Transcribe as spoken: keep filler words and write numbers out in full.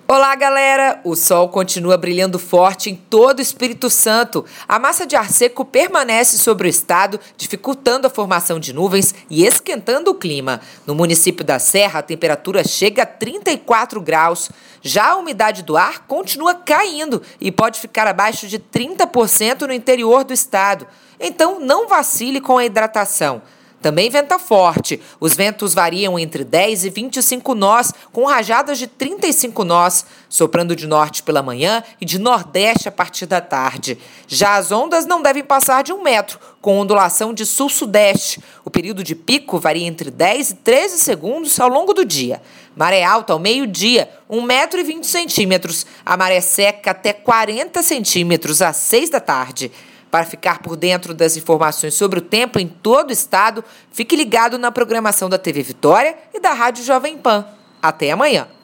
Olá, galera! O sol continua brilhando forte em todo o Espírito Santo. A massa de ar seco permanece sobre o estado, dificultando a formação de nuvens e esquentando o clima. No município da Serra, a temperatura chega a trinta e quatro graus. Já a umidade do ar continua caindo e pode ficar abaixo de trinta por cento no interior do estado. Então, não vacile com a hidratação. Também venta forte. Os ventos variam entre dez e vinte e cinco nós, com rajadas de trinta e cinco nós, soprando de norte pela manhã e de nordeste a partir da tarde. Já as ondas não devem passar de um metro, com ondulação de sul-sudeste. O período de pico varia entre dez e treze segundos ao longo do dia. Maré alta ao meio-dia, um metro e vinte centímetros. A maré seca até quarenta centímetros às seis da tarde. Para ficar por dentro das informações sobre o tempo em todo o estado, fique ligado na programação da T V Vitória e da Rádio Jovem Pan. Até amanhã!